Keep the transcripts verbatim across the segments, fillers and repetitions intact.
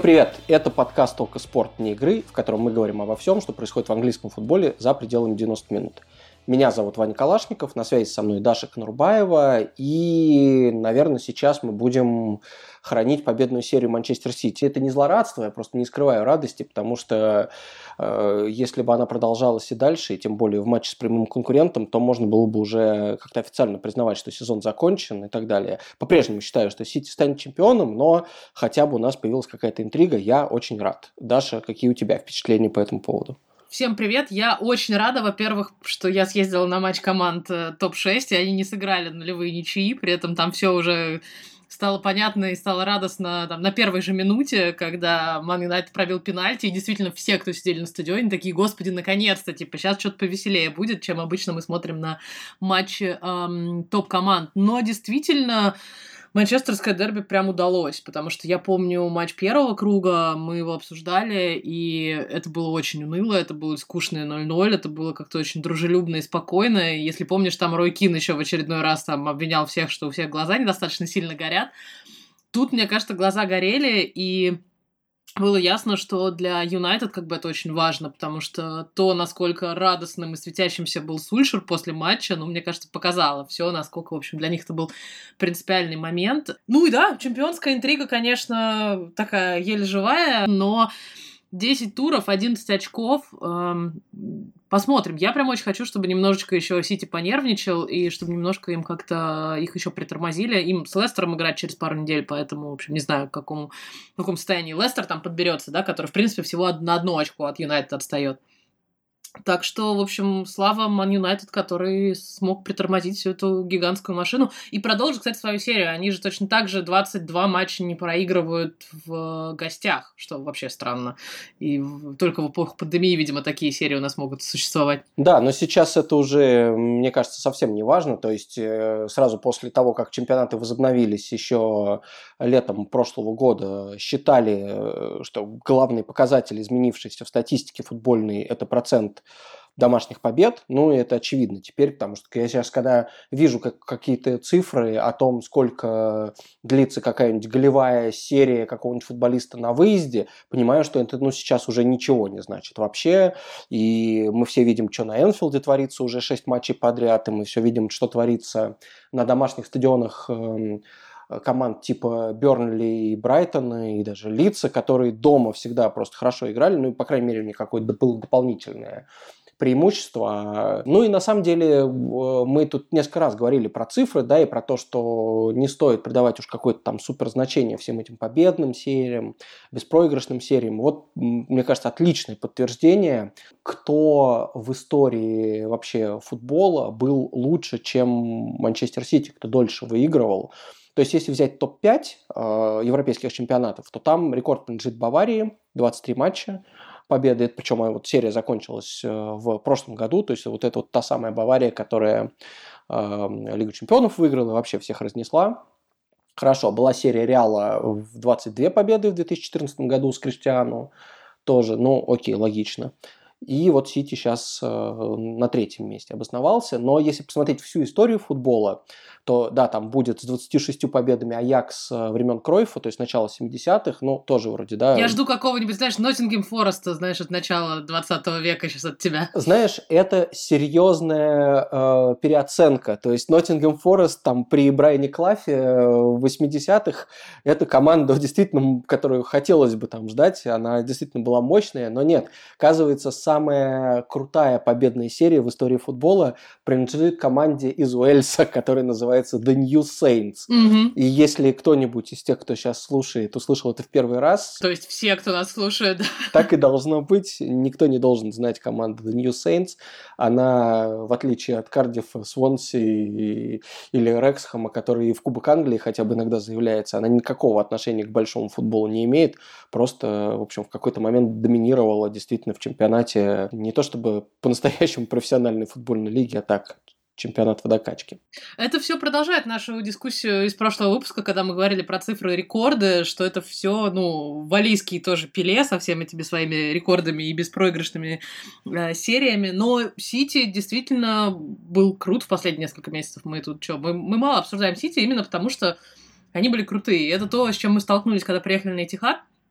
привет! Это подкаст «Только спорт, не игры», в котором мы говорим обо всем, что происходит в английском футболе за пределами девяноста минут. Меня зовут Ваня Калашников, на связи со мной Даша Конурбаева, и, наверное, сейчас мы будем хранить победную серию Манчестер Сити. Это не злорадство, я просто не скрываю радости, потому что э, если бы она продолжалась и дальше, и тем более в матче с прямым конкурентом, то можно было бы уже как-то официально признавать, что сезон закончен и так далее. По-прежнему считаю, что Сити станет чемпионом, но хотя бы у нас появилась какая-то интрига, я очень рад. Даша, какие у тебя впечатления по этому поводу? Всем привет! Я очень рада, во-первых, что я съездила на матч команд топ шесть, и они не сыграли нулевые ничьи, при этом там все уже стало понятно и стало радостно там, на первой же минуте, когда Ман Юнайтед пробил пенальти, и действительно все, кто сидели на стадионе, такие: господи, наконец-то, типа, сейчас что-то повеселее будет, чем обычно мы смотрим на матчи эм, топ-команд. Но действительно, манчестерское дерби прям удалось, потому что я помню матч первого круга, мы его обсуждали, и это было очень уныло, это было скучное ноль ноль, это было как-то очень дружелюбно и спокойно. И если помнишь, там Рой Кин еще в очередной раз там обвинял всех, что у всех глаза недостаточно сильно горят. Тут, мне кажется, глаза горели, и было ясно, что для Юнайтед как бы это очень важно, потому что то, насколько радостным и светящимся был Сульшер после матча, ну, мне кажется, показало все, насколько, в общем, для них это был принципиальный момент. Ну и да, чемпионская интрига, конечно, такая еле живая, но десять туров, одиннадцать очков. Эм, посмотрим. Я прям очень хочу, чтобы немножечко еще Сити понервничал, и чтобы немножко им как-то их еще притормозили. Им с Лестером играть через пару недель, поэтому, в общем, не знаю, к какому, в каком состоянии Лестер там подберется, да, который, в принципе, всего на одно очко от Юнайтед отстает. Так что, в общем, слава Ман Юнайтед, который смог притормозить всю эту гигантскую машину и продолжит, кстати, свою серию. Они же точно так же двадцать два матча не проигрывают в гостях, что вообще странно. И в, только в эпоху пандемии, видимо, такие серии у нас могут существовать. Да, но сейчас это уже, мне кажется, совсем не важно. То есть э, сразу после того, как чемпионаты возобновились еще летом прошлого года, считали, что главный показатель, изменившийся в статистике футбольной, это процент домашних побед, ну, это очевидно теперь, потому что я сейчас, когда вижу как, какие-то цифры о том, сколько длится какая-нибудь голевая серия какого-нибудь футболиста на выезде, понимаю, что это, ну, сейчас уже ничего не значит вообще, и мы все видим, что на Энфилде творится уже шесть матчей подряд, и мы все видим, что творится на домашних стадионах команд типа Бернли и Брайтона, и даже Лидса, которые дома всегда просто хорошо играли, ну и, по крайней мере, у них какое-то было дополнительное преимущество. Ну и на самом деле мы тут несколько раз говорили про цифры, да, и про то, что не стоит придавать уж какое-то там суперзначение всем этим победным сериям, беспроигрышным сериям. Вот, мне кажется, отличное подтверждение, кто в истории вообще футбола был лучше, чем Манчестер Сити, кто дольше выигрывал. То есть, если взять топ пять э, европейских чемпионатов, то там рекорд принадлежит Баварии, двадцать три матча победы, причем вот серия закончилась э, в прошлом году, то есть вот это вот та самая Бавария, которая э, Лигу чемпионов выиграла, вообще всех разнесла. Хорошо, была серия Реала в двадцать две победы в две тысячи четырнадцатом году с Криштиану, тоже, ну окей, логично. И вот Сити сейчас э, на третьем месте обосновался. Но если посмотреть всю историю футбола, то да, там будет с двадцатью шестью победами Аякс времен Кройфа, то есть начало семидесятых, ну, тоже вроде, да. Я жду какого-нибудь, знаешь, Ноттингем Фореста, знаешь, от начала двадцатого века сейчас от тебя. Знаешь, это серьезная э, переоценка. То есть Ноттингем Форест там при Брайане Клаффе в восьмидесятых, это команда, действительно, которую хотелось бы там ждать, она действительно была мощная, но нет, оказывается, самая крутая победная серия в истории футбола принадлежит команде из Уэльса, которая называется The New Saints. Угу. И если кто-нибудь из тех, кто сейчас слушает, услышал это в первый раз... То есть все, кто нас слушает. Так и должно быть. Никто не должен знать команду The New Saints. Она, в отличие от Кардиффа, Свонси и, или Рексхэма, который в Кубок Англии хотя бы иногда заявляется, она никакого отношения к большому футболу не имеет. Просто, в общем, в какой-то момент доминировала действительно в чемпионате не то чтобы по-настоящему профессиональной футбольной лиги, а так чемпионат водокачки. Это все продолжает нашу дискуссию из прошлого выпуска, когда мы говорили про цифры и рекорды, что это все, ну, валийский тоже Пеле со всеми этими своими рекордами и беспроигрышными э, сериями. Но Сити действительно был крут в последние несколько месяцев. Мы тут что, мы, мы мало обсуждаем Сити именно потому, что они были крутые. И это то, с чем мы столкнулись, когда приехали на Этихад.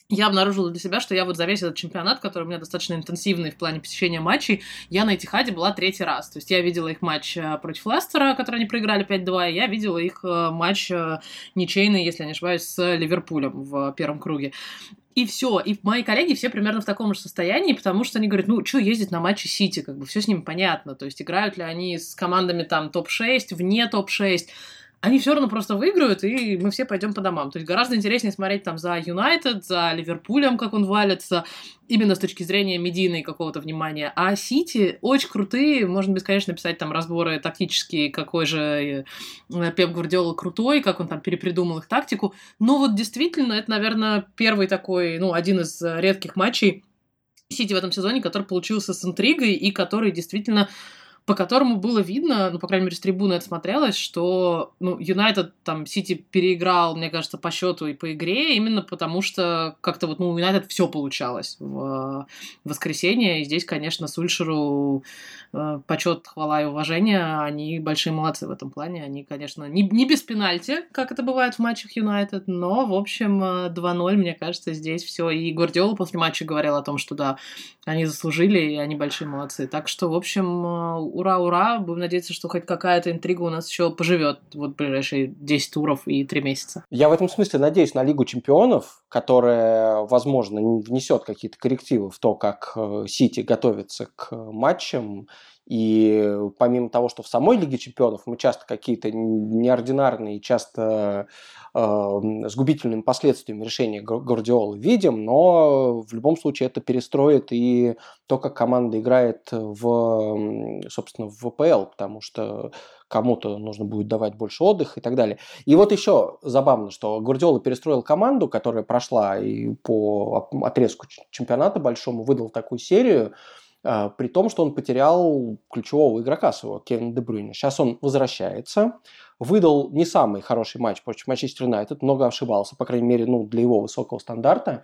я обнаружила для себя, что я вот за весь этот чемпионат, который у меня достаточно интенсивный в плане посещения матчей, я на Этихаде была третий раз. То есть я видела их матч против Лестера, который они проиграли пять два, и я видела их матч ничейный, если я не ошибаюсь, с Ливерпулем в первом круге. И все. И мои коллеги все примерно в таком же состоянии, потому что они говорят, ну, что ездить на матчи Сити, как бы все с ними понятно. То есть играют ли они с командами там топ шесть, вне топ шесть, они все равно просто выиграют, и мы все пойдем по домам. То есть гораздо интереснее смотреть там за Юнайтед, за Ливерпулем, как он валится, именно с точки зрения медийной какого-то внимания. А Сити очень крутые, можно бесконечно писать там разборы тактические, какой же Пеп Гвардиола крутой, как он там перепридумал их тактику. Но вот действительно, это, наверное, первый такой, ну, один из редких матчей Сити в этом сезоне, который получился с интригой и который действительно... по которому было видно, ну, по крайней мере, с трибуны это смотрелось, что, ну, Юнайтед там Сити переиграл, мне кажется, по счету и по игре, именно потому что как-то вот, ну, у Юнайтед все получалось в воскресенье, и здесь, конечно, Сульшеру э, почет, хвала и уважение, они большие молодцы в этом плане, они, конечно, не, не без пенальти, как это бывает в матчах Юнайтед, но, в общем, два ноль, мне кажется, здесь все, и Гвардиола после матча говорил о том, что, да, они заслужили, и они большие молодцы, так что, в общем, ура-ура, будем надеяться, что хоть какая-то интрига у нас еще поживет вот ближайшие десять туров и три месяца. Я в этом смысле надеюсь на Лигу чемпионов, которая, возможно, внесет какие-то коррективы в то, как Сити готовится к матчам. И помимо того, что в самой Лиге чемпионов мы часто какие-то неординарные, часто э, с губительными последствиями решения Гвардиолы видим, но в любом случае это перестроит и то, как команда играет в, собственно, в ВПЛ, потому что кому-то нужно будет давать больше отдыха и так далее. И вот еще забавно, что Гвардиола перестроил команду, которая прошла и по отрезку чемпионата большому, выдал такую серию, при том, что он потерял ключевого игрока своего, Кевина Де Брюйне. Сейчас он возвращается, выдал не самый хороший матч против Манчестер Юнайтед, много ошибался, по крайней мере, ну, для его высокого стандарта.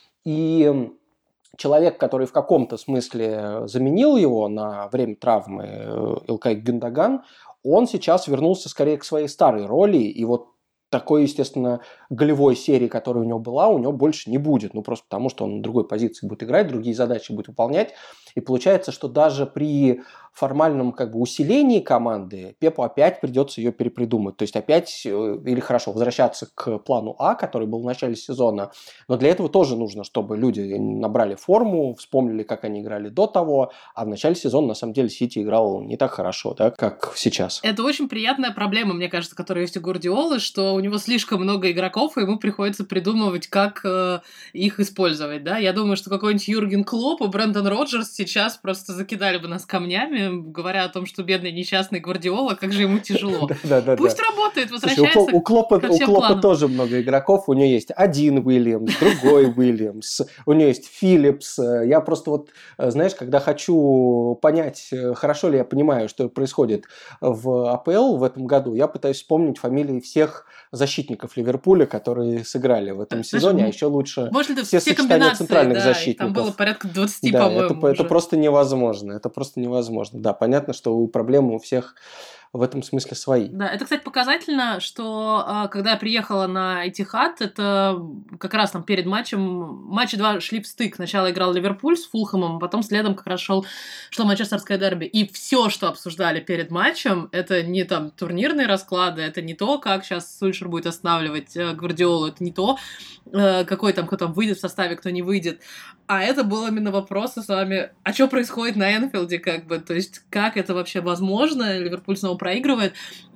И человек, который в каком-то смысле заменил его на время травмы, Илкай Гюндоган, он сейчас вернулся скорее к своей старой роли, и вот такой, естественно, голевой серии, которая у него была, у него больше не будет. Ну, просто потому, что он на другой позиции будет играть, другие задачи будет выполнять. И получается, что даже при формальном как бы усилении команды Пепу опять придется ее перепридумать. То есть опять, или хорошо, возвращаться к плану А, который был в начале сезона. Но для этого тоже нужно, чтобы люди набрали форму, вспомнили, как они играли до того. А в начале сезона, на самом деле, Сити играл не так хорошо, да, как сейчас. Это очень приятная проблема, мне кажется, которая есть у Гвардиолы, что у него слишком много игроков, и ему приходится придумывать, как э, их использовать, да. Я думаю, что какой-нибудь Юрген Клопп и Брэндон Роджерс сейчас просто закидали бы нас камнями, говоря о том, что бедный несчастный Гвардиола, как же ему тяжело. Пусть работает, возвращается у Клоппа тоже много игроков. У него есть один Уильямс, другой Уильямс, у него есть Филлипс. Я просто вот, знаешь, когда хочу понять, хорошо ли я понимаю, что происходит в АПЛ в этом году, я пытаюсь вспомнить фамилии всех защитников Ливерпуля, которые сыграли в этом сезоне, а еще лучше все сочетания центральных защитников. Там было порядка двадцать, по-моему. Это просто невозможно. Это просто невозможно. Да, понятно, что проблемы у всех в этом смысле свои. Да, это, кстати, показательно, что когда я приехала на Этихад, это как раз там перед матчем, матчи два шли в стык. Сначала играл Ливерпуль с Фулхэмом, потом следом как раз шел, шло манчестерское дерби. И все, что обсуждали перед матчем, это не там турнирные расклады, это не то, как сейчас Сульшер будет останавливать Гвардиолу, это не то, какой там, кто там выйдет в составе, кто не выйдет. А это был именно вопрос с вами, а что происходит на Энфилде, как бы, то есть как это вообще возможно, Ливерпуль снова проигрывает.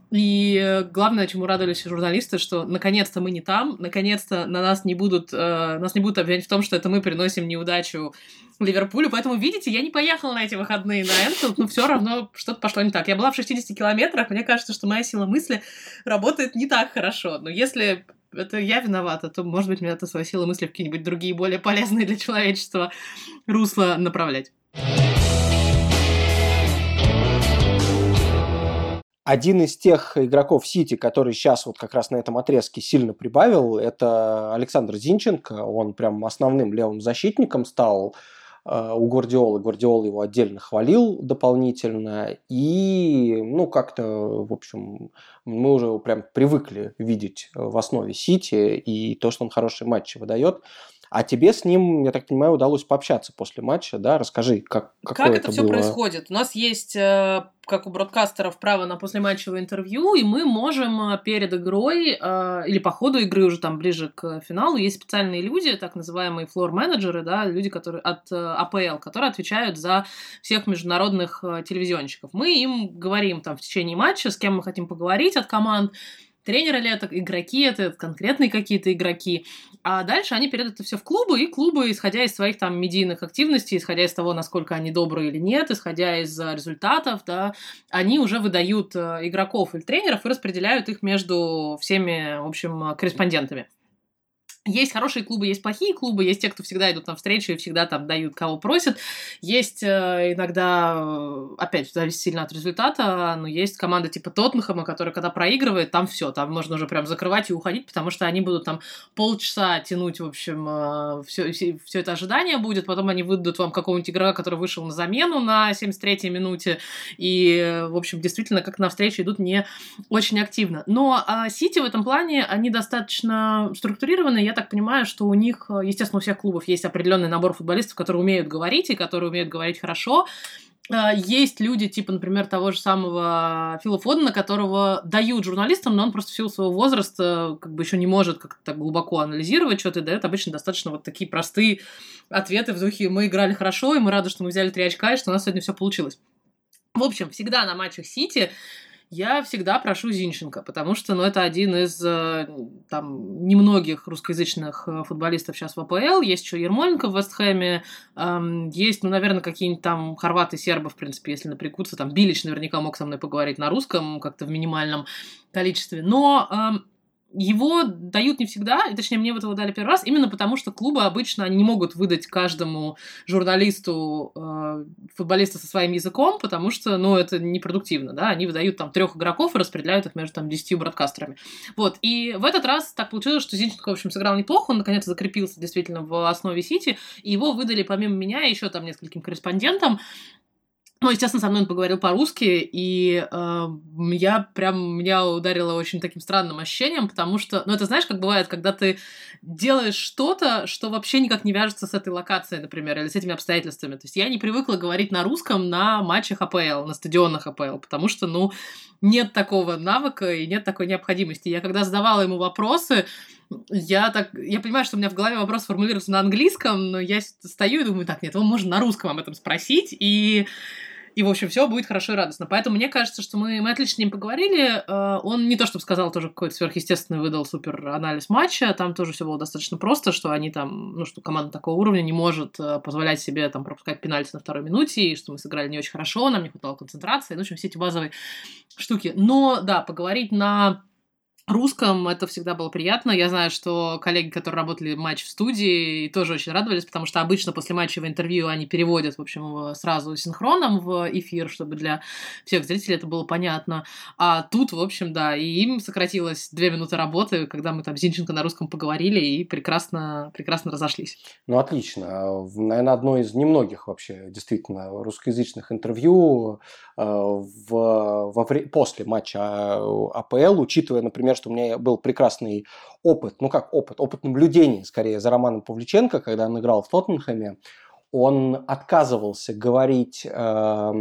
И главное, чему радовались журналисты, что наконец-то мы не там, наконец-то на нас не будут, э, нас не будут обвинять в том, что это мы приносим неудачу Ливерпулю. Поэтому, видите, я не поехала на эти выходные на Энфилд, но все равно что-то пошло не так. Я была в шестидесяти километрах, мне кажется, что моя сила мысли работает не так хорошо. Но если это я виновата, то, может быть, мне это свои силы мысли в какие-нибудь другие, более полезные для человечества русла направлять. Один из тех игроков Сити, который сейчас вот как раз на этом отрезке сильно прибавил, это Александр Зинченко. Он прям основным левым защитником стал. у Гвардиолы. Гвардиола его отдельно хвалил дополнительно. И, ну, как-то, в общем, мы уже прям привыкли видеть в основе Сити и то, что он хорошие матчи выдает. А тебе с ним, я так понимаю, удалось пообщаться после матча, да? Расскажи, как, какое Как это это все было? происходит? У нас есть, э, как у бродкастеров, право на послематчевое интервью, и мы можем перед игрой э, или по ходу игры уже там ближе к финалу, есть специальные люди, так называемые флор-менеджеры, да, люди, которые от э, АПЛ, которые отвечают за всех международных э, телевизионщиков. Мы им говорим там в течение матча, с кем мы хотим поговорить от команд, тренеры ли это, игроки это, конкретные какие-то игроки. А дальше они передают это все в клубы, и клубы, исходя из своих там медийных активностей, исходя из того, насколько они добрые или нет, исходя из результатов, да, они уже выдают игроков или тренеров и распределяют их между всеми, в общем, корреспондентами. Есть хорошие клубы, есть плохие клубы, есть те, кто всегда идут навстречу и всегда там дают, кого просят. Есть э, иногда, опять, зависит сильно от результата, но есть команда типа Тоттенхэма, которая, когда проигрывает, там все, там можно уже прям закрывать и уходить, потому что они будут там полчаса тянуть, в общем, э, все, все, все это ожидание будет, потом они выдадут вам какого-нибудь игрока, который вышел на замену на семьдесят третьей минуте, и, в общем, действительно, как навстречу идут не очень активно. Но э, Сити в этом плане, они достаточно структурированы. Я так понимаю, что у них, естественно, у всех клубов есть определенный набор футболистов, которые умеют говорить и которые умеют говорить хорошо. Есть люди, типа, например, того же самого Фила Фодена, которого дают журналистам, но он просто в силу своего возраста как бы еще не может как-то так глубоко анализировать что-то, и дает обычно достаточно вот такие простые ответы в духе «мы играли хорошо, и мы рады, что мы взяли три очка, и что у нас сегодня все получилось». В общем, всегда на матчах Сити я всегда прошу Зинченко, потому что, ну, это один из там немногих русскоязычных футболистов сейчас в АПЛ. Есть еще Ермоленко в Вест-Хэме, эм, есть, ну, наверное, какие-нибудь там хорваты, сербы, в принципе, если напрягутся. Там Билич наверняка мог со мной поговорить на русском как-то в минимальном количестве. Но эм, его дают не всегда, и, точнее, мне вот его дали первый раз, именно потому что клубы обычно не могут выдать каждому журналисту э, футболиста со своим языком, потому что, ну, это непродуктивно, да, они выдают там трех игроков и распределяют их между там десятью бродкастерами. Вот, и в этот раз так получилось, что Зинченко, в общем, сыграл неплохо, он, наконец, закрепился действительно в основе Сити, и его выдали помимо меня еще там нескольким корреспондентам. Ну, естественно, со мной он поговорил по-русски, и э, я прям, меня ударило очень таким странным ощущением, потому что, ну, это знаешь, как бывает, когда ты делаешь что-то, что вообще никак не вяжется с этой локацией, например, или с этими обстоятельствами. То есть я не привыкла говорить на русском на матчах АПЛ, на стадионах АПЛ, потому что, ну, нет такого навыка и нет такой необходимости. Я когда задавала ему вопросы, я так, я понимаю, что у меня в голове вопрос формулируется на английском, но я стою и думаю, так, нет, его можно на русском об этом спросить, и... И, в общем, все будет хорошо и радостно. Поэтому мне кажется, что мы, мы отлично с ним поговорили. Он не то, чтобы сказал тоже какой-то сверхъестественный, выдал супер анализ матча. Там тоже все было достаточно просто, что они там, ну, что команда такого уровня не может позволять себе там пропускать пенальти на второй минуте, и что мы сыграли не очень хорошо, нам не хватало концентрации. Ну, в общем, все эти базовые штуки. Но, да, поговорить на русском это всегда было приятно. Я знаю, что коллеги, которые работали матч в студии, тоже очень радовались, потому что обычно после матчевого интервью они переводят, в общем, сразу синхроном в эфир, чтобы для всех зрителей это было понятно. А тут, в общем, да, и им сократилось две минуты работы, когда мы там с Зинченко на русском поговорили и прекрасно, прекрасно разошлись. Ну, отлично. Наверное, одно из немногих вообще действительно русскоязычных интервью э, в, во, после матча АПЛ, учитывая, например, что у меня был прекрасный опыт, ну как опыт, опыт наблюдения, скорее, за Романом Павличенко, когда он играл в Тоттенхэме. Он отказывался говорить э,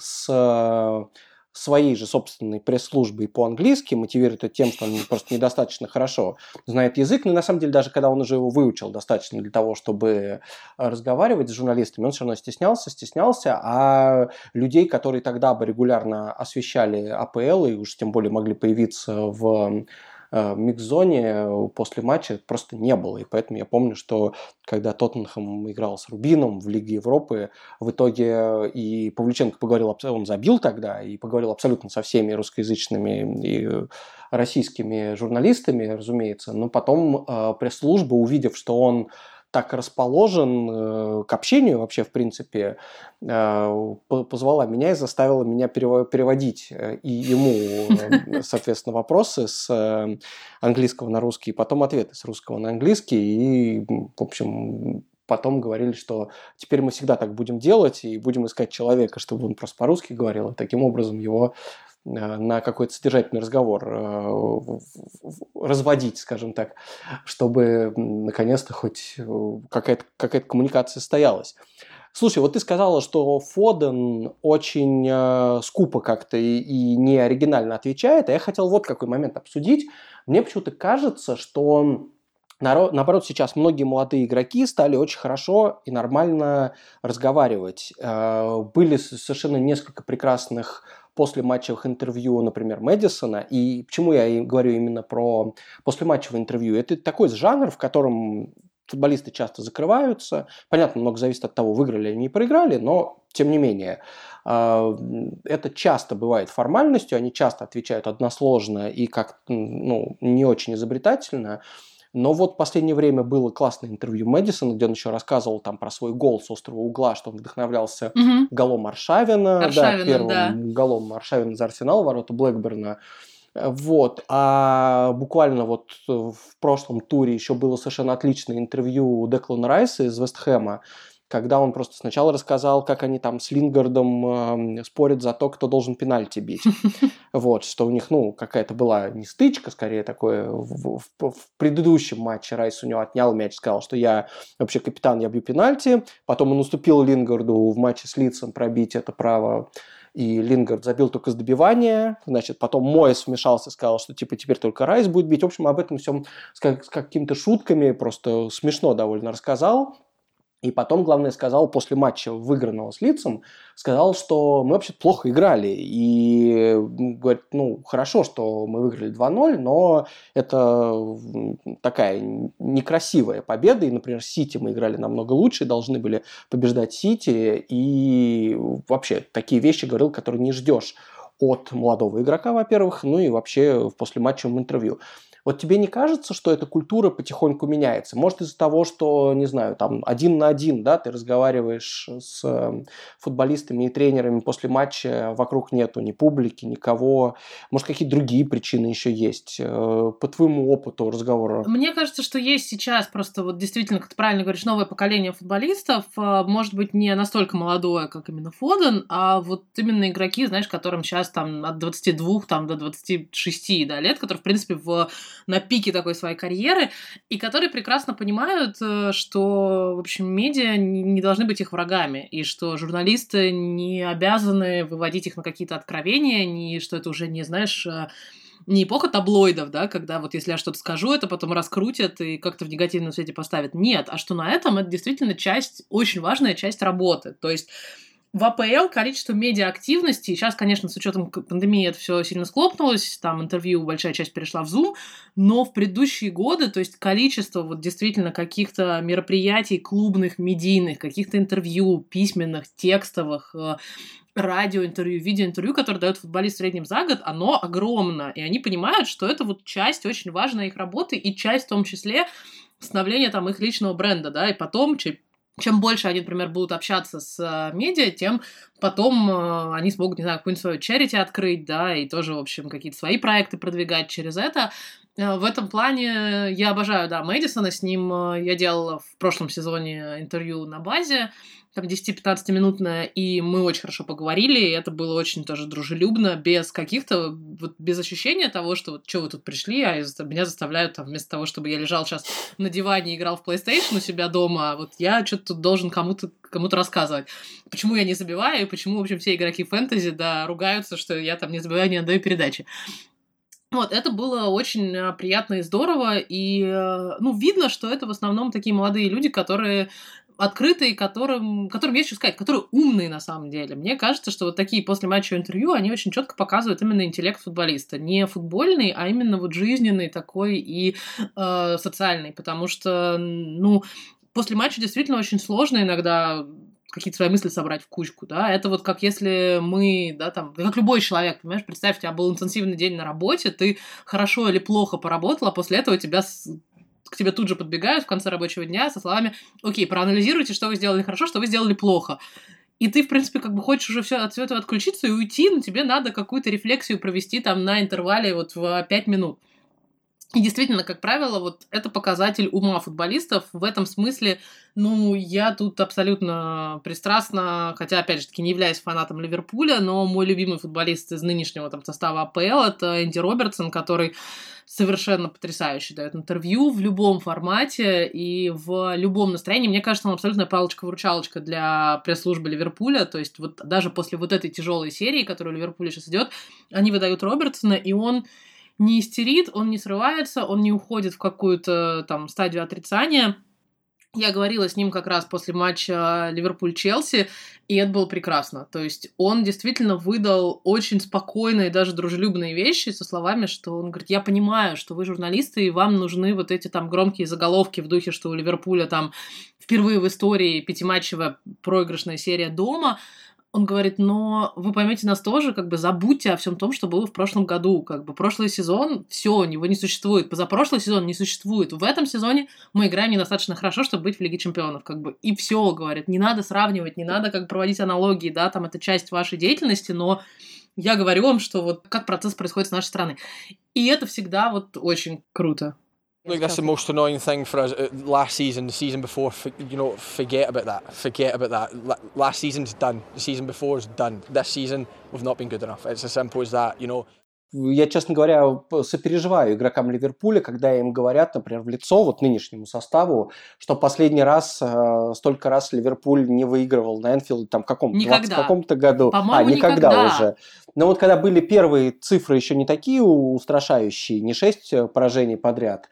с своей же собственной пресс-службой по-английски, мотивирует это тем, что он просто недостаточно хорошо знает язык, но на самом деле даже когда он уже его выучил достаточно для того, чтобы разговаривать с журналистами, он все равно стеснялся, стеснялся, а людей, которые тогда бы регулярно освещали АПЛ и уж тем более могли появиться в микс-зоне после матча просто не было. И поэтому я помню, что когда Тоттенхэм играл с Рубином в Лиге Европы, в итоге и Павличенко поговорил, он забил тогда, и поговорил абсолютно со всеми русскоязычными и российскими журналистами, разумеется, но потом пресс-служба, увидев, что он так расположен э, к общению вообще, в принципе, э, позвала меня и заставила меня переводить и ему, соответственно, вопросы с английского на русский, и потом ответы с русского на английский. И, в общем, потом говорили, что теперь мы всегда так будем делать и будем искать человека, чтобы он просто по-русски говорил, и таким образом его на какой-то содержательный разговор разводить, скажем так, чтобы наконец-то хоть какая-то, какая-то коммуникация состоялась. Слушай, вот ты сказала, что Фоден очень э, скупо как-то и, и не оригинально отвечает, а я хотел вот какой момент обсудить. Мне почему-то кажется, что наоборот сейчас многие молодые игроки стали очень хорошо и нормально разговаривать. Э, были совершенно несколько прекрасных послематчевых интервью, например, Мэдисона. И почему я говорю именно про послематчевое интервью? Это такой жанр, в котором футболисты часто закрываются. Понятно, много зависит от того, выиграли или не проиграли, но тем не менее. Это часто бывает формальностью, они часто отвечают односложно и как ну, не очень изобретательно. Но вот в последнее время было классное интервью Мэдисона, где он еще рассказывал там про свой гол с острого угла, что он вдохновлялся угу. голом Аршавина, Аршавина да, первым да. голом Аршавина за Арсенал, ворота Блэкберна. Вот. А буквально вот в прошлом туре еще было совершенно отличное интервью у Деклана Райса из Вест-Хэма, когда он просто сначала рассказал, как они там с Лингардом э, спорят за то, кто должен пенальти бить. Вот, что у них, ну, какая-то была не стычка, скорее такое. В, в, в предыдущем матче Райс у него отнял мяч, сказал, что я вообще капитан, я бью пенальти. Потом он уступил Лингарду в матче с Лидсом пробить это право. И Лингард забил только с добивания. Значит, потом Моэс вмешался и сказал, что типа теперь только Райс будет бить. В общем, об этом всем с, как, с какими-то шутками, просто смешно довольно рассказал. И потом, главное, сказал после матча, выигранного с Лидсом, сказал, что мы вообще плохо играли. И говорит, ну, хорошо, что мы выиграли два ноль, но это такая некрасивая победа. И, например, с Сити мы играли намного лучше, должны были побеждать Сити. И вообще такие вещи говорил, которые не ждешь от молодого игрока, во-первых, ну и вообще в послематчевом интервью. Вот тебе не кажется, что эта культура потихоньку меняется? Может, из-за того, что, не знаю, там один на один, да, ты разговариваешь с футболистами и тренерами после матча, вокруг нету ни публики, никого. Может, какие-то другие причины еще есть? По твоему опыту разговора. Мне кажется, что есть сейчас просто вот действительно, как ты правильно говоришь, новое поколение футболистов, может быть, не настолько молодое, как именно Фоден, а вот именно игроки, знаешь, которым сейчас там от двадцати двух там, до двадцати шести да, лет, которые, в принципе, в на пике такой своей карьеры, и которые прекрасно понимают, что, в общем, медиа не должны быть их врагами, и что журналисты не обязаны выводить их на какие-то откровения, не, что это уже не, знаешь, не эпоха таблоидов, да, когда вот если я что-то скажу, это потом раскрутят и как-то в негативном свете поставят. Нет, а что на этом это действительно часть, очень важная часть работы. То есть в АПЛ количество медиа-активности, сейчас, конечно, с учетом пандемии это все сильно схлопнулось, там интервью большая часть перешла в Zoom, но в предыдущие годы, то есть количество вот действительно каких-то мероприятий клубных, медийных, каких-то интервью, письменных, текстовых, радиоинтервью, видеоинтервью, которые дают футболист в среднем за год, оно огромно, и они понимают, что это вот часть очень важной их работы и часть в том числе становления там их личного бренда, да, и потом чем больше они, например, будут общаться с э, медиа, тем потом э, они смогут, не знаю, какую-нибудь свою charity открыть, да, и тоже, в общем, какие-то свои проекты продвигать через это. Э, в этом плане я обожаю, да, Мэдисона, с ним э, я делала в прошлом сезоне интервью на базе, там десять-пятнадцатиминутное, и мы очень хорошо поговорили, и это было очень тоже дружелюбно, без каких-то, вот без ощущения того, что вот, что вы тут пришли, а меня заставляют там вместо того, чтобы я лежал сейчас на диване и играл в PlayStation у себя дома, вот я что-то тут должен кому-то кому-то рассказывать, почему я не забиваю, и почему, в общем, все игроки фэнтези, да, ругаются, что я там не забиваю, не отдаю передачи. Вот, это было очень приятно и здорово, и, ну, видно, что это в основном такие молодые люди, которые открытые, которым, которым есть что сказать, которые умные на самом деле. Мне кажется, что вот такие послематчевые интервью, они очень четко показывают именно интеллект футболиста. Не футбольный, а именно вот жизненный такой и э, социальный, потому что, ну, после матча действительно очень сложно иногда какие-то свои мысли собрать в кучку, да, это вот как если мы, да, там, как любой человек, понимаешь, представь, у тебя был интенсивный день на работе, ты хорошо или плохо поработал, а после этого тебя к тебе тут же подбегают в конце рабочего дня со словами: окей, проанализируйте, что вы сделали хорошо, что вы сделали плохо. И ты, в принципе, как бы хочешь уже все от всего этого отключиться и уйти, но тебе надо какую-то рефлексию провести там на интервале вот в пять минут. И действительно, как правило, вот это показатель ума футболистов. В этом смысле, ну, я тут абсолютно пристрастна, хотя, опять же таки, не являюсь фанатом Ливерпуля, но мой любимый футболист из нынешнего там состава АПЛ — это Энди Робертсон, который совершенно потрясающе дает интервью в любом формате и в любом настроении. Мне кажется, он абсолютно палочка-выручалочка для пресс-службы Ливерпуля. То есть вот даже после вот этой тяжелой серии, которая у Ливерпуля сейчас идет, они выдают Робертсона, и он не истерит, он не срывается, он не уходит в какую-то там стадию отрицания. Я говорила с ним как раз после матча Ливерпуль-Челси, и это было прекрасно. То есть он действительно выдал очень спокойные, даже дружелюбные вещи со словами, что он говорит: я понимаю, что вы журналисты, и вам нужны вот эти там громкие заголовки в духе, что у Ливерпуля там впервые в истории пятиматчевая проигрышная серия дома. Он говорит: но вы поймете нас тоже, как бы забудьте о всем том, что было в прошлом году. Как бы прошлый сезон, все, его не существует. Позапрошлый сезон не существует. В этом сезоне мы играем недостаточно хорошо, чтобы быть в Лиге Чемпионов. Как бы. И все, говорит, не надо сравнивать, не надо как проводить аналогии, да, там это часть вашей деятельности, но я говорю вам, что вот как процесс происходит с нашей стороны. И это всегда вот очень круто. Look, that's the most annoying thing for us. Last season, the season before, you know, forget about that. Forget about that. Last season's done. The season before is done. This season, we've not been good enough. It's as simple as that, you know. Я, честно говоря, сопереживаю игрокам Ливерпуля, когда им говорят, например, в лицо, вот нынешнему составу, что последний раз, э, столько раз Ливерпуль не выигрывал на Энфилде, там, в каком-то двадцать каком-то году. По-моему, а, никогда, никогда уже. Но вот когда были первые цифры еще не такие устрашающие, не шесть поражений подряд,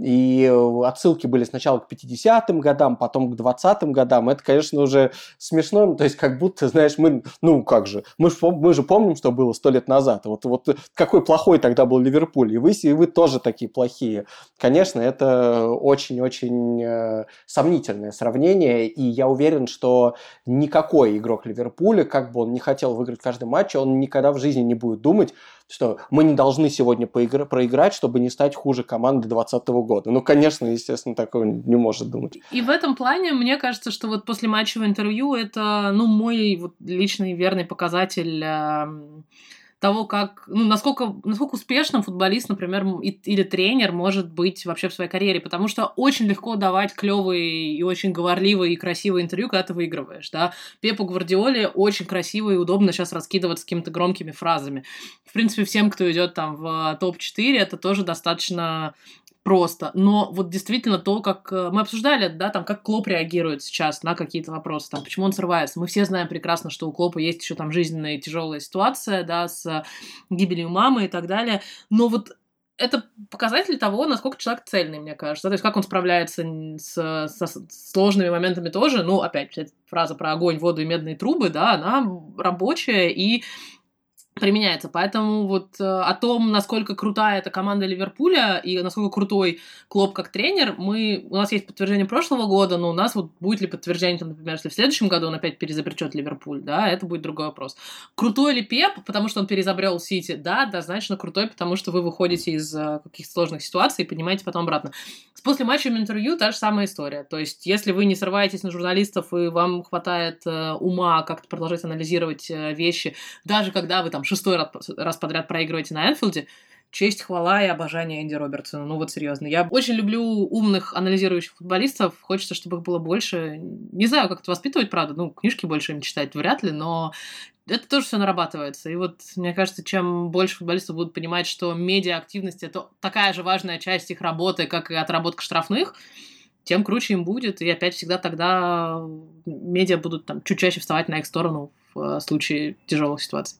и отсылки были сначала к пятидесятым годам, потом к двадцатым годам, это, конечно, уже смешно, то есть как будто, знаешь, мы, ну как же, мы, ж, мы же помним, что было сто лет назад, вот, вот какой плохой тогда был Ливерпуль, и вы, и вы тоже такие плохие. Конечно, это очень-очень э, сомнительное сравнение, и я уверен, что никакой игрок Ливерпуля, как бы он не хотел выиграть каждый матч, он никогда в жизни не будет думать, что мы не должны сегодня поигра- проиграть, чтобы не стать хуже команды двадцатого года. Ну, конечно, естественно, такого не может думать. И в этом плане, мне кажется, что вот после матчевого интервью это, ну, мой вот личный верный показатель э, того, как, ну, насколько, насколько успешным футболист, например, и, или тренер может быть вообще в своей карьере, потому что очень легко давать клевые и очень говорливые и красивые интервью, когда ты выигрываешь, да. Пепу Гвардиоле очень красиво и удобно сейчас раскидываться какими-то громкими фразами. В принципе, всем, кто идет там в топ четыре, это тоже достаточно просто. Но вот действительно то, как мы обсуждали, да, там, как Клоп реагирует сейчас на какие-то вопросы, там, почему он срывается. Мы все знаем прекрасно, что у Клопа есть еще там жизненная тяжелая ситуация, да, с гибелью мамы и так далее. Но вот это показатель того, насколько человек цельный, мне кажется. То есть как он справляется с, со сложными моментами тоже. Ну, опять, фраза про огонь, воду и медные трубы, да, она рабочая и применяется. Поэтому вот э, о том, насколько крутая эта команда Ливерпуля и насколько крутой Клоп как тренер, мы, у нас есть подтверждение прошлого года, но у нас вот будет ли подтверждение, там, например, если в следующем году он опять переизобретет Ливерпуль, да, это будет другой вопрос. Крутой ли Пеп, потому что он переизобрел Сити? Да, однозначно крутой, потому что вы выходите из э, каких-то сложных ситуаций и поднимаете потом обратно. С послематчевым интервью та же самая история. То есть, если вы не срываетесь на журналистов и вам хватает э, ума как-то продолжать анализировать э, вещи, даже когда вы там шестой раз подряд проигрываете на Энфилде, честь, хвала и обожание Энди Робертсона. Ну вот серьезно. Я очень люблю умных анализирующих футболистов. Хочется, чтобы их было больше. Не знаю, как это воспитывать, правда. Ну, книжки больше им читать вряд ли, но это тоже все нарабатывается. И вот, мне кажется, чем больше футболистов будут понимать, что медиа-активность — это такая же важная часть их работы, как и отработка штрафных, тем круче им будет. И опять всегда тогда медиа будут там чуть чаще вставать на их сторону в случае тяжелых ситуаций.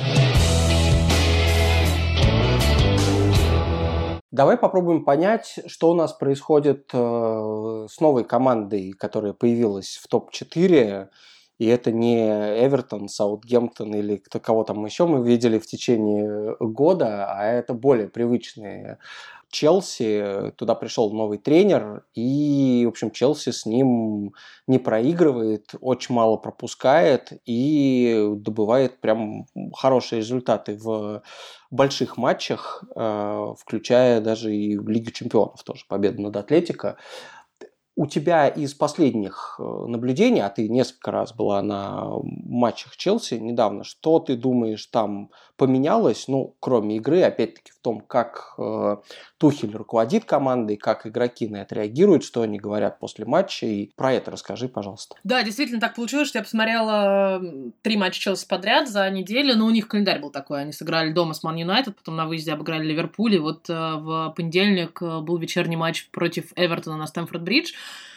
Давай попробуем понять, что у нас происходит э, с новой командой, которая появилась в топ четыре. И это не Эвертон, Саутгемптон или кто, кого там еще мы видели в течение года, а это более привычные Челси. Туда пришел новый тренер, и, в общем, Челси с ним не проигрывает, очень мало пропускает и добывает прям хорошие результаты в больших матчах, включая даже и в Лигу Чемпионов тоже победу над Атлетико. у тебя из последних наблюдений, а ты несколько раз была на матчах Челси недавно, что ты думаешь там поменялось, ну, кроме игры, опять-таки в том, как э, Тухель руководит командой, как игроки на это реагируют, что они говорят после матча, и про это расскажи, пожалуйста. Да, действительно так получилось, что я посмотрела три матча Челси подряд за неделю, но у них календарь был такой, они сыграли дома с Ман Юнайтед, потом на выезде обыграли Ливерпуль, и вот э, в понедельник был вечерний матч против Эвертона на Стэмфорд-Бридж.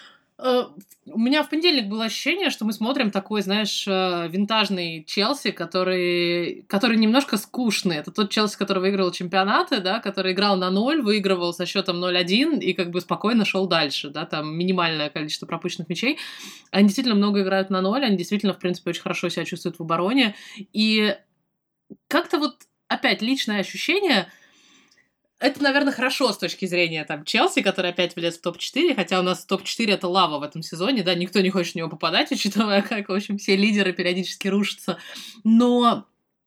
У меня в понедельник было ощущение, что мы смотрим такой, знаешь, винтажный Челси, который, который немножко скучный. Это тот Челси, который выиграл чемпионаты, да, который играл на ноль, выигрывал со счетом ноль один и как бы спокойно шел дальше, да, там минимальное количество пропущенных мячей. Они действительно много играют на ноль, они действительно, в принципе, очень хорошо себя чувствуют в обороне. И как-то вот опять личное ощущение... Это, наверное, хорошо с точки зрения там Челси, который опять влез в топ четыре, хотя у нас топ четыре это лава в этом сезоне, да, никто не хочет в него попадать, учитывая, как, в общем, все лидеры периодически рушатся. Но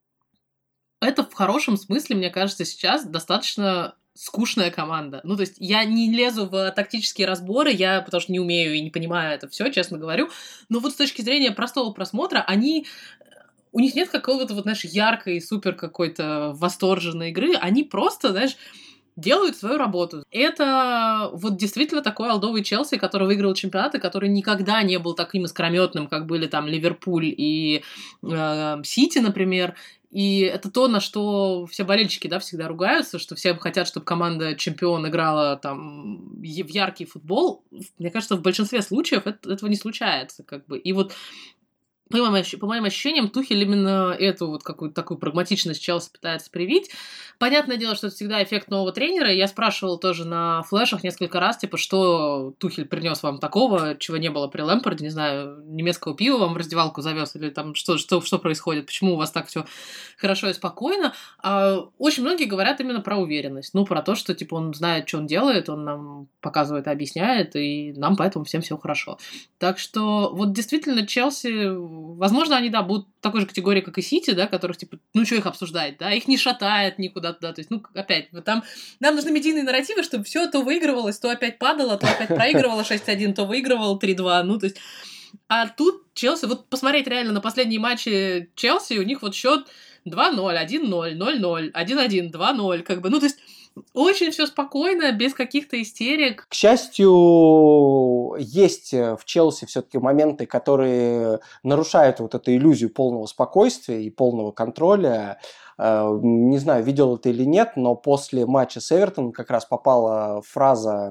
это в хорошем смысле, мне кажется, сейчас достаточно скучная команда. Ну, то есть я не лезу в тактические разборы, я потому что не умею и не понимаю это все, честно говорю, но вот с точки зрения простого просмотра, они... У них нет какого-то, вот, знаешь, яркой, супер какой-то восторженной игры. Они просто, знаешь, делают свою работу. Это вот действительно такой олдовый Челси, который выиграл чемпионаты, который никогда не был таким искрометным, как были там Ливерпуль и э, Сити, например. И это то, на что все болельщики, да, всегда ругаются, что все хотят, чтобы команда чемпион играла там в яркий футбол. Мне кажется, в большинстве случаев это, этого не случается, как бы. И вот По моим, по моим ощущениям, Тухель именно эту вот какую-то такую прагматичность Челси пытается привить. Понятное дело, что это всегда эффект нового тренера. Я спрашивала тоже на флешах несколько раз, типа, что Тухель принес вам такого, чего не было при Лэмпарде, не знаю, немецкого пива вам в раздевалку завез, или там что, что, что происходит, почему у вас так все хорошо и спокойно. А очень многие говорят именно про уверенность. Ну, про то, что, типа, он знает, что он делает, он нам показывает и объясняет, и нам поэтому всем все хорошо. Так что вот действительно Челси... Возможно, они, да, будут такой же категории, как и Сити, да, которых, типа, ну, что их обсуждать, да, их не шатает никуда туда, то есть, ну, опять, там, нам нужны медийные нарративы, чтобы все то выигрывалось, то опять падало, то опять проигрывало шесть один, то выигрывало три два, ну, то есть, а тут Челси, вот посмотреть реально на последние матчи Челси, у них вот счет два ноль, один ноль, ноль ноль, один один, два ноль, как бы, ну, то есть, очень все спокойно, без каких-то истерик. К счастью, есть в Челси все-таки моменты, которые нарушают вот эту иллюзию полного спокойствия и полного контроля. Не знаю, видел ты или нет, но после матча с Эвертоном как раз попала фраза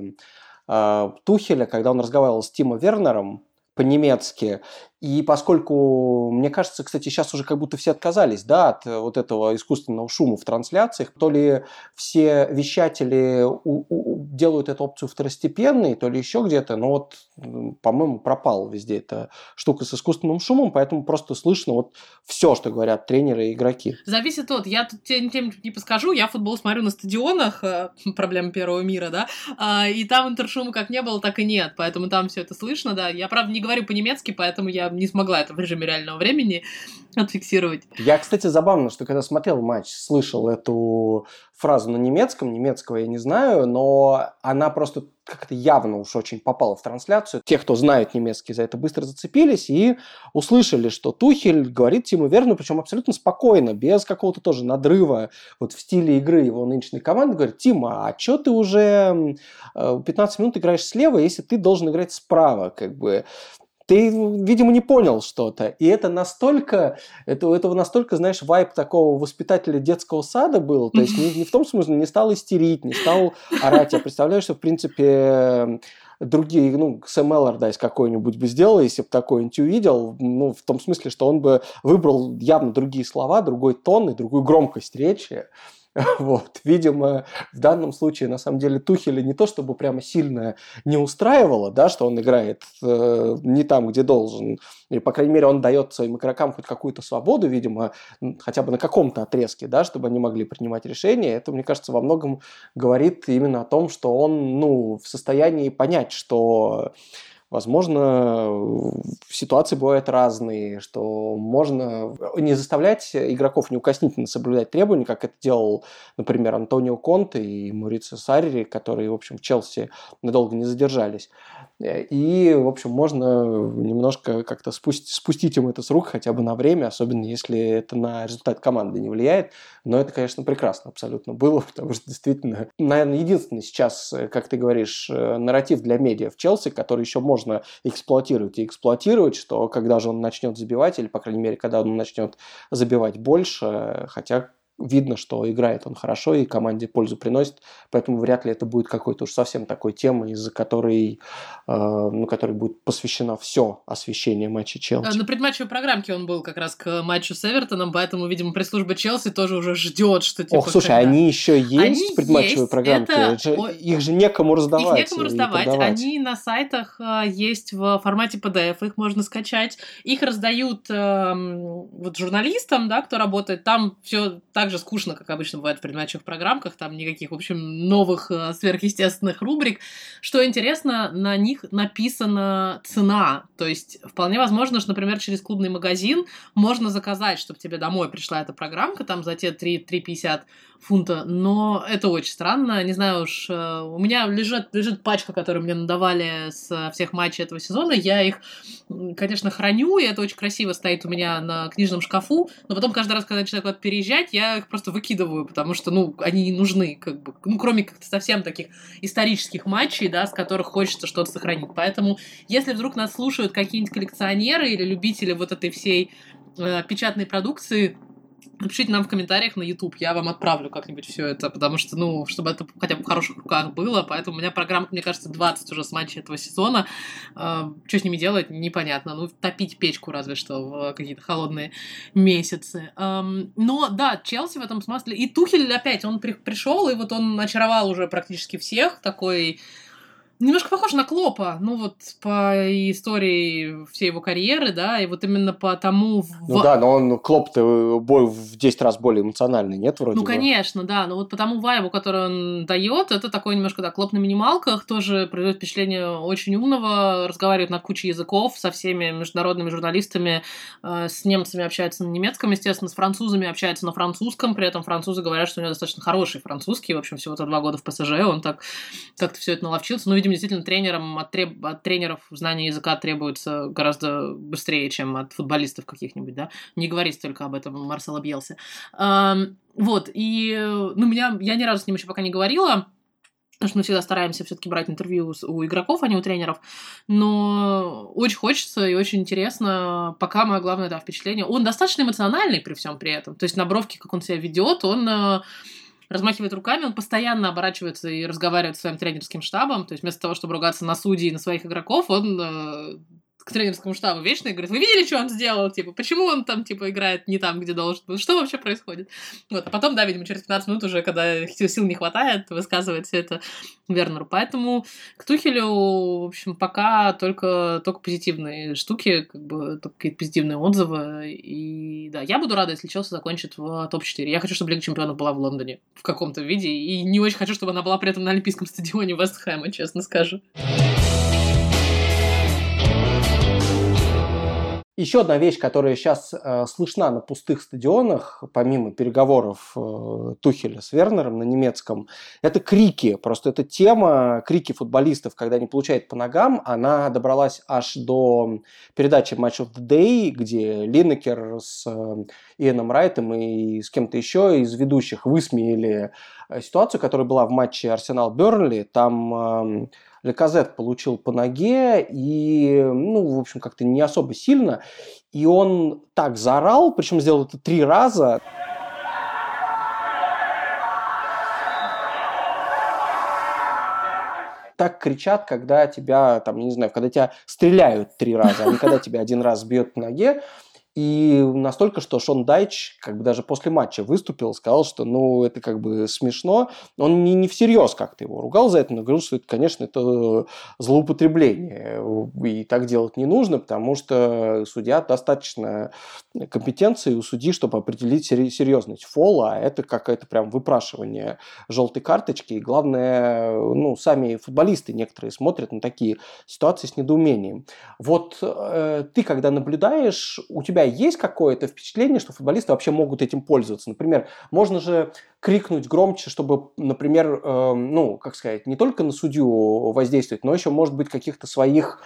Тухеля, когда он разговаривал с Тимо Вернером по-немецки. И поскольку, мне кажется, кстати, сейчас уже как будто все отказались, да, от вот этого искусственного шума в трансляциях, то ли все вещатели у- у- делают эту опцию второстепенной, то ли еще где-то, но вот, по-моему, пропала везде эта штука с искусственным шумом, поэтому просто слышно вот все, что говорят тренеры и игроки. Зависит от... Я тут тем не подскажу, я футбол смотрю на стадионах, проблема первого мира, да, и там интершума как не было, так и нет, поэтому там все это слышно, да. Я, правда, не говорю по-немецки, поэтому я не смогла это в режиме реального времени отфиксировать. Я, кстати, забавно, что когда смотрел матч, слышал эту фразу на немецком, немецкого я не знаю, но она просто как-то явно уж очень попала в трансляцию. Те, кто знает немецкий, за это быстро зацепились и услышали, что Тухель говорит Тиму Вернеру, причем абсолютно спокойно, без какого-то тоже надрыва вот в стиле игры его нынешней команды, говорит: Тима, а что ты уже пятнадцать минут играешь слева, если ты должен играть справа, как бы... Ты, видимо, не понял что-то. И это настолько, это, этого настолько, знаешь, вайб такого воспитателя детского сада был. То есть не, не в том смысле, не стал истерить, не стал орать. Я представляю, что, в принципе, другие, ну, Сэм Эллардайс какой-нибудь бы сделал, если бы такой-нибудь увидел, ну, в том смысле, что он бы выбрал явно другие слова, другой тон и другую громкость речи. Вот, видимо, в данном случае, на самом деле, Тухеля не то, чтобы прямо сильно не устраивало, да, что он играет э, не там, где должен. И, по крайней мере, он дает своим игрокам хоть какую-то свободу, видимо, хотя бы на каком-то отрезке, да, чтобы они могли принимать решения. Это, мне кажется, во многом говорит именно о том, что он, ну, в состоянии понять, что Возможно, ситуации бывают разные, что можно не заставлять игроков неукоснительно соблюдать требования, как это делал, например, Антонио Конте и Маурицио Сарри, которые, в общем, в Челси надолго не задержались. И, в общем, можно немножко как-то спустить, спустить им это с рук хотя бы на время, особенно если это на результат команды не влияет. Но это, конечно, прекрасно абсолютно было, потому что действительно, наверное, единственный сейчас, как ты говоришь, нарратив для медиа в Челси, который еще можно эксплуатировать и эксплуатировать, что когда же он начнет забивать, или, по крайней мере, когда он начнет забивать больше, хотя видно, что играет он хорошо и команде пользу приносит, поэтому вряд ли это будет какой-то уж совсем такой темой, из-за которой, э, ну, которой будет посвящено все освещение матча Челси. На предматчевой программке он был как раз к матчу с Эвертоном, поэтому, видимо, пресс-служба Челси тоже уже ждет, что типа... Ох, слушай, когда... они еще есть они в предматчевой есть. программке? Это... Же, их же некому раздавать. Их некому раздавать. Они на сайтах есть в формате пи ди эф, их можно скачать. Их раздают э, вот журналистам, да, кто работает. Там все так же скучно, как обычно бывает в предматчевых программках, там никаких, в общем, новых э, сверхъестественных рубрик. Что интересно, на них написана цена, то есть вполне возможно, что, например, через клубный магазин можно заказать, чтобы тебе домой пришла эта программка, там за те три пятьдесят фунта, но это очень странно, не знаю уж, э, у меня лежит, лежит пачка, которую мне надавали с всех матчей этого сезона, я их, конечно, храню, и это очень красиво стоит у меня на книжном шкафу, но потом каждый раз, когда начинаю куда-то переезжать, я их просто выкидываю, потому что, ну, они не нужны, как бы, ну, кроме как-то совсем таких исторических матчей, да, с которых хочется что-то сохранить. Поэтому, если вдруг нас слушают какие-нибудь коллекционеры или любители вот этой всей э, печатной продукции, напишите нам в комментариях на YouTube, я вам отправлю как-нибудь все это, потому что, ну, чтобы это хотя бы в хороших руках было, поэтому у меня программа, мне кажется, двадцать уже с матчей этого сезона. Э, что с ними делать, непонятно. Ну, топить печку разве что в какие-то холодные месяцы. Э, но, да, Челси в этом смысле... И Тухель опять, он при- пришел, и вот он очаровал уже практически всех, такой... Немножко похож на Клопа, ну вот по истории всей его карьеры, да, и вот именно по тому... Ну в... да, но он, Клоп-то в десять раз более эмоциональный, нет, вроде Ну, бы? конечно, да, но вот по тому вайбу, который он дает, это такой немножко, да, Клоп на минималках, тоже производит впечатление очень умного, разговаривает на куче языков со всеми международными журналистами, э, с немцами общается на немецком, естественно, с французами общается на французском, при этом французы говорят, что у него достаточно хороший французский, в общем, всего-то два года в ПСЖ, он так как-то все это наловчился, ну, видимо, действительно тренерам от, треб... от тренеров знание языка требуется гораздо быстрее, чем от футболистов каких-нибудь, да. Не говорить только об этом Марсело Бьелсе. Эм, вот, и, ну, меня, я ни разу с ним еще пока не говорила, потому что мы всегда стараемся все-таки брать интервью у игроков, а не у тренеров, но очень хочется и очень интересно, пока мое главное, да, впечатление. Он достаточно эмоциональный при всем при этом, то есть на бровке, как он себя ведет, он... размахивает руками, он постоянно оборачивается и разговаривает с своим тренерским штабом, то есть вместо того, чтобы ругаться на судей и на своих игроков, он э, к тренерскому штабу вечно и говорит: вы видели, что он сделал? Типа, почему он там, типа, играет не там, где должен быть? Что вообще происходит? Вот, а потом, да, видимо, через пятнадцать минут уже, когда сил не хватает, высказывает все это Вернеру. Поэтому к Тухелю, в общем, пока только, только позитивные штуки, как бы, только какие-то позитивные отзывы. И да, я буду рада, если Челси закончит в топ четыре. Я хочу, чтобы Лига Чемпионов была в Лондоне в каком-то виде, и не очень хочу, чтобы она была при этом на Олимпийском стадионе Вест Хэма, честно скажу. Еще одна вещь, которая сейчас э, слышна на пустых стадионах, помимо переговоров э, Тухеля с Вернером на немецком, это крики. Просто эта тема, крики футболистов, когда они получают по ногам, она добралась аж до передачи Match of the Day, где Линнекер с э, Иэном Райтом и с кем-то еще из ведущих высмеяли ситуацию, которая была в матче Арсенал-Бернли. Там... Э, Леказет получил по ноге и, ну, в общем, как-то не особо сильно. И он так заорал, причем сделал это три раза. Так кричат, когда тебя, там, не знаю, когда тебя стреляют три раза, а не когда тебя один раз бьет по ноге. И настолько, что Шон Дайч как бы даже после матча выступил, сказал, что ну это как бы смешно. Он не, не всерьез как-то его ругал за это, но говорил, что это, конечно, это злоупотребление. И так делать не нужно, потому что судья достаточно компетенции у судьи, чтобы определить серьезность фола, а это какое-то прям выпрашивание желтой карточки. И главное, ну, сами футболисты некоторые смотрят на такие ситуации с недоумением. Вот э, ты, когда наблюдаешь, у тебя есть какое-то впечатление, что футболисты вообще могут этим пользоваться? Например, можно же крикнуть громче, чтобы, например, э, ну, как сказать, не только на судью воздействовать, но еще, может быть, каких-то своих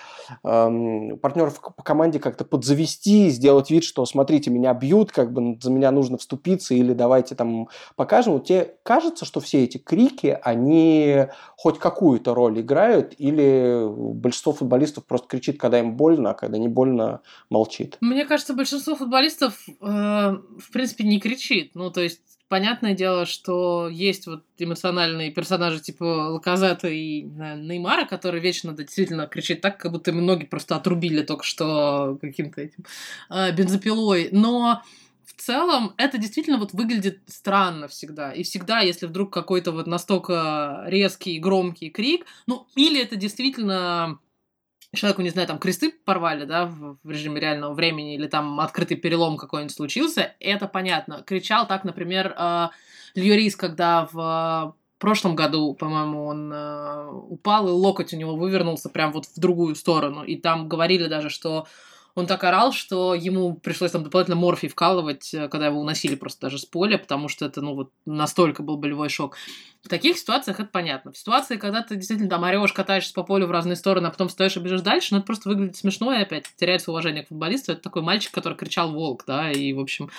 э, партнеров по команде как-то подзавести, сделать вид, что, смотрите, меня бьют, как бы за меня нужно вступиться, или давайте там покажем. Вот тебе кажется, что все эти крики, они хоть какую-то роль играют, или большинство футболистов просто кричит, когда им больно, а когда не больно, молчит? Мне кажется, большинство футболистов, э, в принципе, не кричит. Ну, то есть, понятное дело, что есть вот эмоциональные персонажи типа Лаказета и Неймара, которые вечно да, действительно кричат так, как будто им ноги просто отрубили только что каким-то этим э, бензопилой. Но в целом это действительно вот выглядит странно всегда. И всегда, если вдруг какой-то вот настолько резкий, громкий крик, ну, или это действительно... человеку, не знаю, там кресты порвали, да, в режиме реального времени, или там открытый перелом какой-нибудь случился, это понятно. Кричал так, например, Льюрис, когда в прошлом году, по-моему, он упал, и локоть у него вывернулся прям вот в другую сторону, и там говорили даже, что он так орал, что ему пришлось там дополнительно морфий вкалывать, когда его уносили просто даже с поля, потому что это, ну, вот настолько был болевой шок. В таких ситуациях это понятно. В ситуации, когда ты действительно там орёшь, катаешься по полю в разные стороны, а потом встаешь и бежишь дальше, ну, это просто выглядит смешно, и опять теряется уважение к футболисту. Это такой мальчик, который кричал «Волк», да, и, в общем...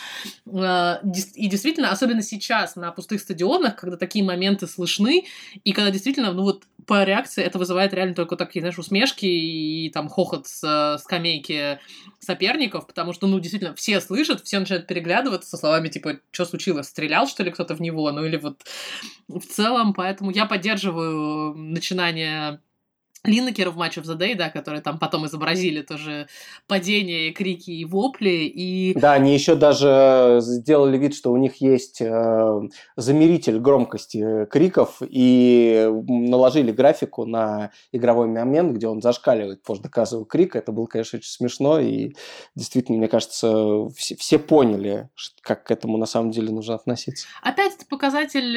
И действительно, особенно сейчас на пустых стадионах, когда такие моменты слышны, и когда действительно, ну, вот по реакции это вызывает реально только такие, знаешь, усмешки и там хохот с скамейки соперников, потому что, ну, действительно, все слышат, все начинают переглядываться со словами, типа, что случилось, стрелял, что ли, кто-то в него, ну, или вот в целом, поэтому я поддерживаю начинание Линнекера в матче of the Day, да, которые там потом изобразили тоже падение, крики и вопли. И... Да, они еще даже сделали вид, что у них есть э, замеритель громкости криков, и наложили графику на игровой момент, где он зашкаливает после доказывая крик. Это было, конечно, очень смешно, и действительно, мне кажется, все, все поняли, как к этому на самом деле нужно относиться. Опять это показатель,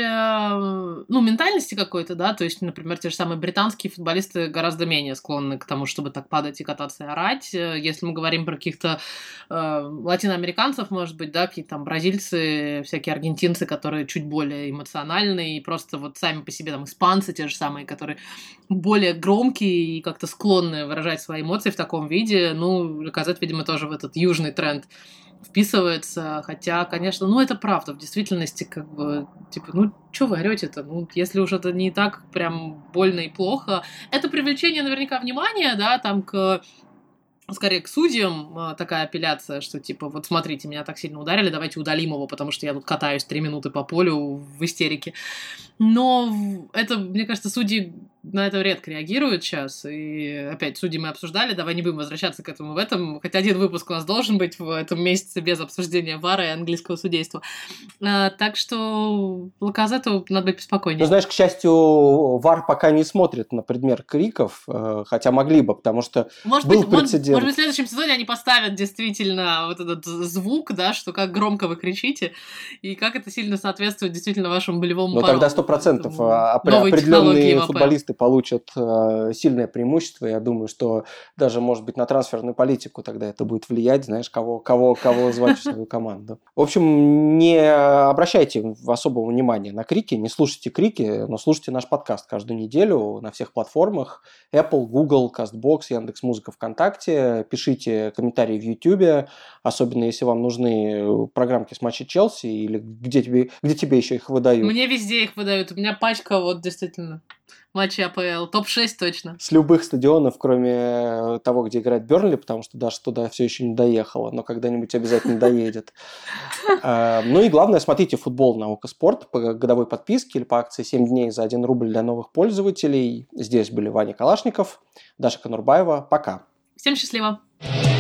э, ну, ментальности какой-то, да, то есть, например, те же самые британские футболисты гораздо менее склонны к тому, чтобы так падать и кататься и орать. Если мы говорим про каких-то э, латиноамериканцев, может быть, да, какие-то там бразильцы, всякие аргентинцы, которые чуть более эмоциональные, и просто вот сами по себе там испанцы те же самые, которые более громкие и как-то склонны выражать свои эмоции в таком виде, ну, Лаказет, видимо, тоже в этот южный тренд вписывается, хотя, конечно, ну, это правда, в действительности, как бы, типа, ну, что вы орёте-то? Ну, если уж это не так прям больно и плохо, это привлечение наверняка внимания, да, там, к скорее к судьям такая апелляция, что типа, вот смотрите, меня так сильно ударили, давайте удалим его, потому что я тут катаюсь три минуты по полю в истерике. Но это, мне кажется, судьи на это редко реагируют сейчас. И опять, судьи мы обсуждали, давай не будем возвращаться к этому в этом. Хоть один выпуск у нас должен быть в этом месяце без обсуждения вара и английского судейства. А, так что Лаказету надо быть поспокойнее. Ну, знаешь, к счастью, вар пока не смотрит на предмет криков, хотя могли бы, потому что может был быть, прецедент. Может быть, в следующем сезоне они поставят действительно вот этот звук, да, что как громко вы кричите, и как это сильно соответствует действительно вашему болевому порогу. Ну, тогда сто процентов определенные футболисты получат э, сильное преимущество. Я думаю, что даже, может быть, на трансферную политику тогда это будет влиять, знаешь, кого, кого, кого звать в свою команду. В общем, не обращайте особого внимания на крики, не слушайте крики, но слушайте наш подкаст каждую неделю на всех платформах: Apple, Google, CastBox, Яндекс.Музыка, ВКонтакте. Пишите комментарии в YouTube, особенно если вам нужны программки с матча Челси, или где тебе, где тебе еще их выдают. Мне везде их выдают. У меня пачка, вот действительно, матчи АПЛ. топ шесть точно. С любых стадионов, кроме того, где играет Бернли, потому что даже туда все еще не доехала, но когда-нибудь обязательно доедет. Ну и главное, смотрите футбол на ОКО Спорт по годовой подписке или по акции семь дней за один рубль для новых пользователей. Здесь были Ваня Калашников, Даша Конурбаева. Пока. Всем счастливо.